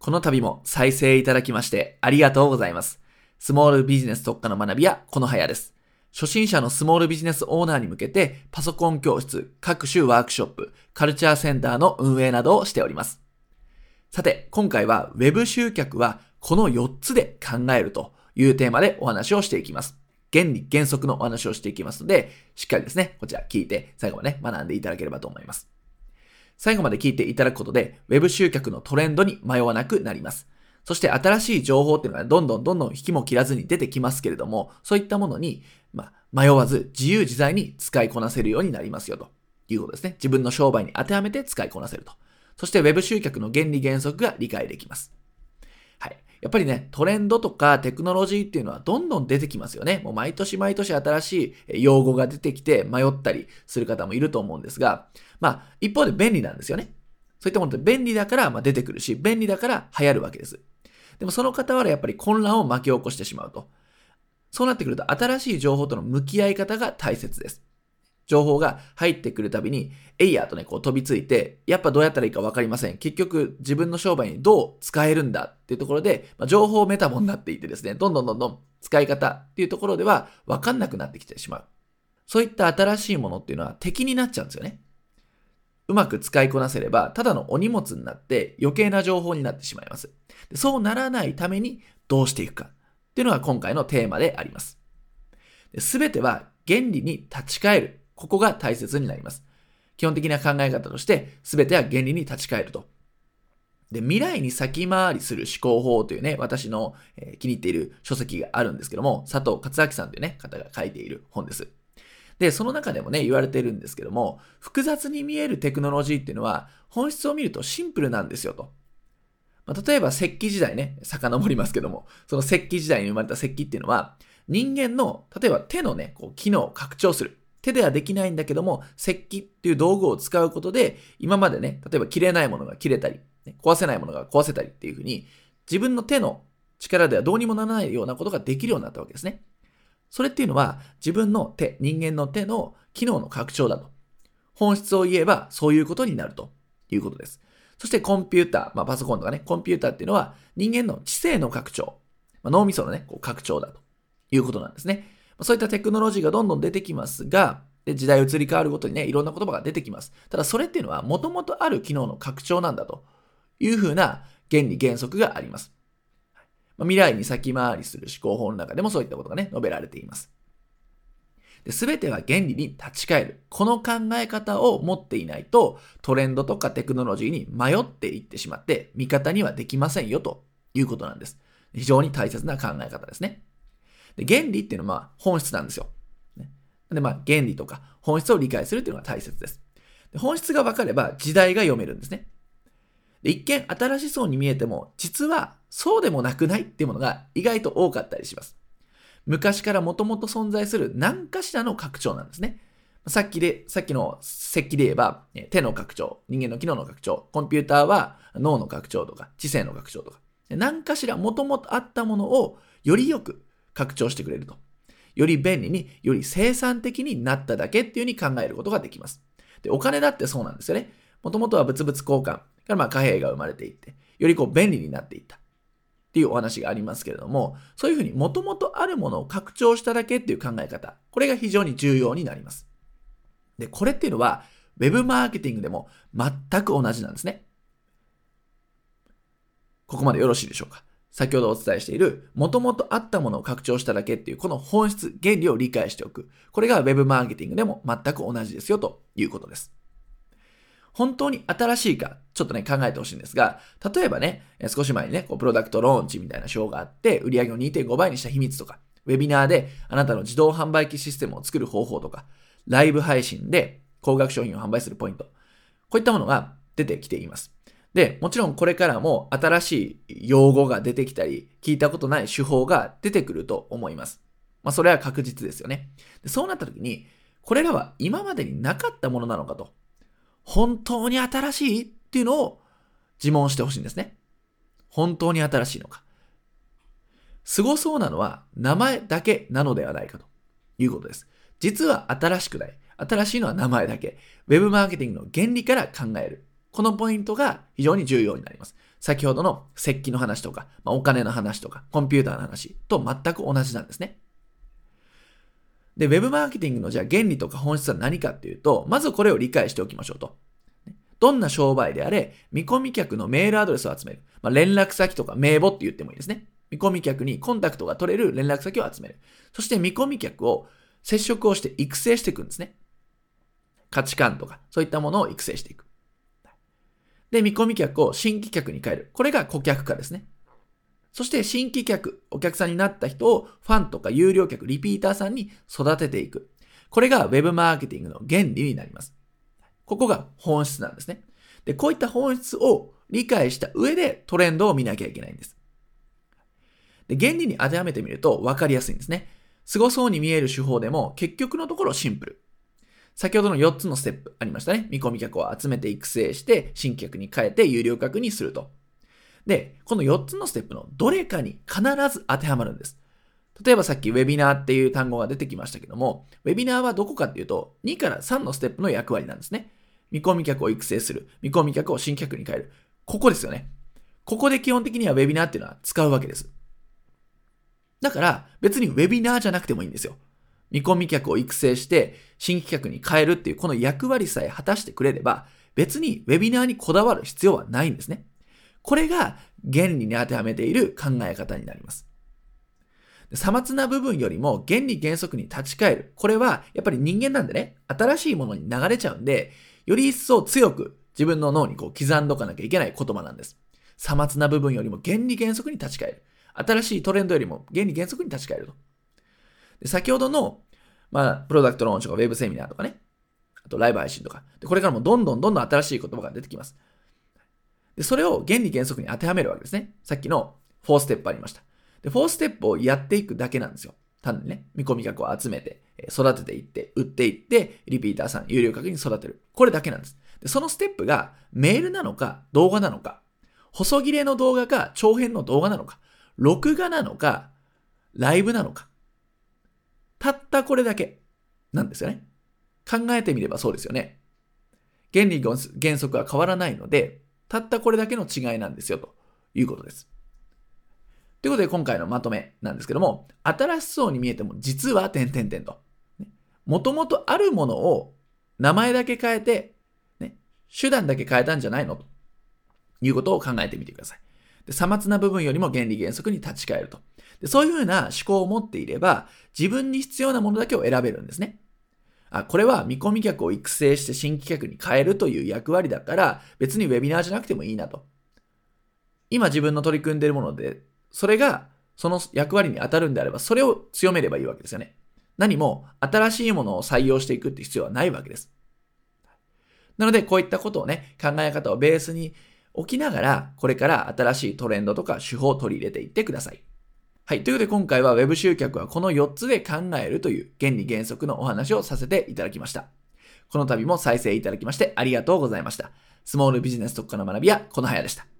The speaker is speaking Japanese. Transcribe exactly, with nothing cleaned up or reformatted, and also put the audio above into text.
この度も再生いただきましてありがとうございます。スモールビジネス特化の学び屋、このはやです。初心者のスモールビジネスオーナーに向けてパソコン教室、各種ワークショップ、カルチャーセンターの運営などをしております。さて、今回は Web 集客はこのよっつで考えるというテーマでお話をしていきます。原理、原則のお話をしていきますので、しっかりですね、こちら聞いて最後まで、ね、学んでいただければと思います。最後まで聞いていただくことで Web 集客のトレンドに迷わなくなります。そして新しい情報っていうのがどんどんどんどん引きも切らずに出てきますけれども、そういったものに、まあ、迷わず自由自在に使いこなせるようになりますよということですね。自分の商売に当てはめて使いこなせると。そして Web 集客の原理原則が理解できます。はい。やっぱりね、トレンドとかテクノロジーっていうのはどんどん出てきますよね。もう毎年毎年新しい用語が出てきて迷ったりする方もいると思うんですが、まあ一方で便利なんですよね。そういったものって便利だからまあ出てくるし、便利だから流行るわけです。でもその傍らやっぱり混乱を巻き起こしてしまうと。そうなってくると新しい情報との向き合い方が大切です。情報が入ってくるたびに、えいやとね、こう飛びついて、やっぱどうやったらいいか分かりません。結局、自分の商売にどう使えるんだっていうところで、まあ、情報メタボになっていってですね、どんどんどんどん使い方っていうところでは分かんなくなってきてしまう。そういった新しいものっていうのは敵になっちゃうんですよね。うまく使いこなせれば、ただのお荷物になって余計な情報になってしまいます。でそうならないためにどうしていくかっていうのが今回のテーマであります。すべては原理に立ち返る。ここが大切になります。基本的な考え方として、すべては原理に立ち返ると。で、未来に先回りする思考法というね、私の、えー、気に入っている書籍があるんですけども、佐藤勝明さんというね、方が書いている本です。で、その中でもね、言われているんですけども、複雑に見えるテクノロジーっていうのは、本質を見るとシンプルなんですよと。まあ、例えば石器時代ね、遡りますけども、その石器時代に生まれた石器っていうのは、人間の、例えば手のね、こう機能を拡張する。手ではできないんだけども、石器っていう道具を使うことで、今までね、例えば切れないものが切れたり、ね、壊せないものが壊せたりっていうふうに、自分の手の力ではどうにもならないようなことができるようになったわけですね。それっていうのは、自分の手、人間の手の機能の拡張だと。本質を言えば、そういうことになるということです。そしてコンピューター、まあパソコンとかね、コンピューターっていうのは、人間の知性の拡張、まあ、脳みそのね、こう拡張だということなんですね。そういったテクノロジーがどんどん出てきますが、で時代移り変わるごとにね、いろんな言葉が出てきます。ただそれっていうのは、もともとある機能の拡張なんだというふうな原理原則があります。未来に先回りする思考法の中でもそういったことがね、述べられています。すべては原理に立ち返る。この考え方を持っていないと、トレンドとかテクノロジーに迷っていってしまって、味方にはできませんよということなんです。非常に大切な考え方ですね。で原理っていうのは本質なんですよ。で、まあ、原理とか本質を理解するっていうのが大切です。で本質が分かれば時代が読めるんですね。で一見新しそうに見えても、実はそうでもなくないっていうものが意外と多かったりします。昔からもともと存在する何かしらの拡張なんですね。さっきで、さっきの石器で言えば、手の拡張、人間の機能の拡張、コンピューターは脳の拡張とか、知性の拡張とか、何かしらもともとあったものをよりよく拡張してくれると。より便利に、より生産的になっただけっていうふうに考えることができます。で、お金だってそうなんですよね。もともとは物々交換からまあ貨幣が生まれていって、よりこう便利になっていった。っていうお話がありますけれども、そういうふうにもともとあるものを拡張しただけっていう考え方、これが非常に重要になります。で、これっていうのは、ウェブマーケティングでも全く同じなんですね。ここまでよろしいでしょうか。先ほどお伝えしている、もともとあったものを拡張しただけっていう、この本質、原理を理解しておく。これがウェブマーケティングでも全く同じですよということです。本当に新しいか、ちょっとね、考えてほしいんですが、例えばね、少し前にね、こうプロダクトローンチみたいなショーがあって、売上を にてんご 倍にした秘密とか、ウェビナーであなたの自動販売機システムを作る方法とか、ライブ配信で高額商品を販売するポイント、こういったものが出てきています。で、もちろんこれからも新しい用語が出てきたり、聞いたことない手法が出てくると思います。まあ、それは確実ですよね。でそうなった時に、これらは今までになかったものなのかと。本当に新しいっていうのを自問してほしいんですね。本当に新しいのか。すごそうなのは名前だけなのではないかということです。実は新しくない。新しいのは名前だけ。ウェブマーケティングの原理から考える。このポイントが非常に重要になります。 先ほどの石器の話とか、まあ、お金の話とか、コンピューターの話と全く同じなんですね。で、ウェブマーケティングのじゃあ原理とか本質は何かっていうと、まずこれを理解しておきましょうと。どんな商売であれ、見込み客のメールアドレスを集める。まあ、連絡先とか名簿って言ってもいいですね。見込み客にコンタクトが取れる連絡先を集める。そして見込み客を接触をして育成していくんですね。価値観とか、そういったものを育成していく。で、見込み客を新規客に変える。これが顧客化ですね。そして新規客、お客さんになった人をファンとか有料客、リピーターさんに育てていく。これがウェブマーケティングの原理になります。ここが本質なんですね。で、こういった本質を理解した上でトレンドを見なきゃいけないんです。で、原理に当てはめてみると分かりやすいんですね。凄そうに見える手法でも結局のところシンプル。先ほどのよっつのステップありましたね。見込み客を集めて育成して新規客に変えて有料客にすると。で、このよっつのステップのどれかに必ず当てはまるんです。例えばさっきウェビナーっていう単語が出てきましたけども、ウェビナーはどこかっていうとにからさんのステップの役割なんですね。見込み客を育成する。見込み客を新客に変える。ここですよね。ここで基本的にはウェビナーっていうのは使うわけです。だから別にウェビナーじゃなくてもいいんですよ。見込み客を育成して新規客に変えるっていうこの役割さえ果たしてくれれば別にウェビナーにこだわる必要はないんですね。これが原理に当てはめている考え方になります。さまつな部分よりも原理原則に立ち返る。これはやっぱり人間なんでね、新しいものに流れちゃうんで、より一層強く自分の脳にこう刻んどかなきゃいけない言葉なんです。さまつな部分よりも原理原則に立ち返る。新しいトレンドよりも原理原則に立ち返ると。で先ほどの、まあ、プロダクトローンチとかウェブセミナーとかね、あとライブ配信とか、でこれからもどんどんどんどん新しい言葉が出てきます。でそれを原理原則に当てはめるわけですね。さっきのよんステップありました。で、よんステップをやっていくだけなんですよ。単にね、見込み客を集めて、育てていって、売っていって、リピーターさん、有料客に育てる。これだけなんです。で、そのステップがメールなのか、動画なのか、細切れの動画か、長編の動画なのか、録画なのか、ライブなのか。たったこれだけなんですよね。考えてみればそうですよね。原理原則は変わらないので、たったこれだけの違いなんですよ、ということです。ということで今回のまとめなんですけども、新しそうに見えても実は点々点と。もともとあるものを名前だけ変えて、ね、手段だけ変えたんじゃないのということを考えてみてください。で、さまつな部分よりも原理原則に立ち返ると。で、そういうふうな思考を持っていれば、自分に必要なものだけを選べるんですね。あ、これは見込み客を育成して新規客に変えるという役割だから、別にウェビナーじゃなくてもいいなと。今自分の取り組んでいるもので、それがその役割に当たるんであれば、それを強めればいいわけですよね。何も新しいものを採用していくって必要はないわけです。なので、こういったことをね、考え方をベースに置きながら、これから新しいトレンドとか手法を取り入れていってください。はい。ということで今回は Web 集客はこのよっつで考えるという原理原則のお話をさせていただきました。この度も再生いただきましてありがとうございました。スモールビジネス特化の学び屋、このはやでした。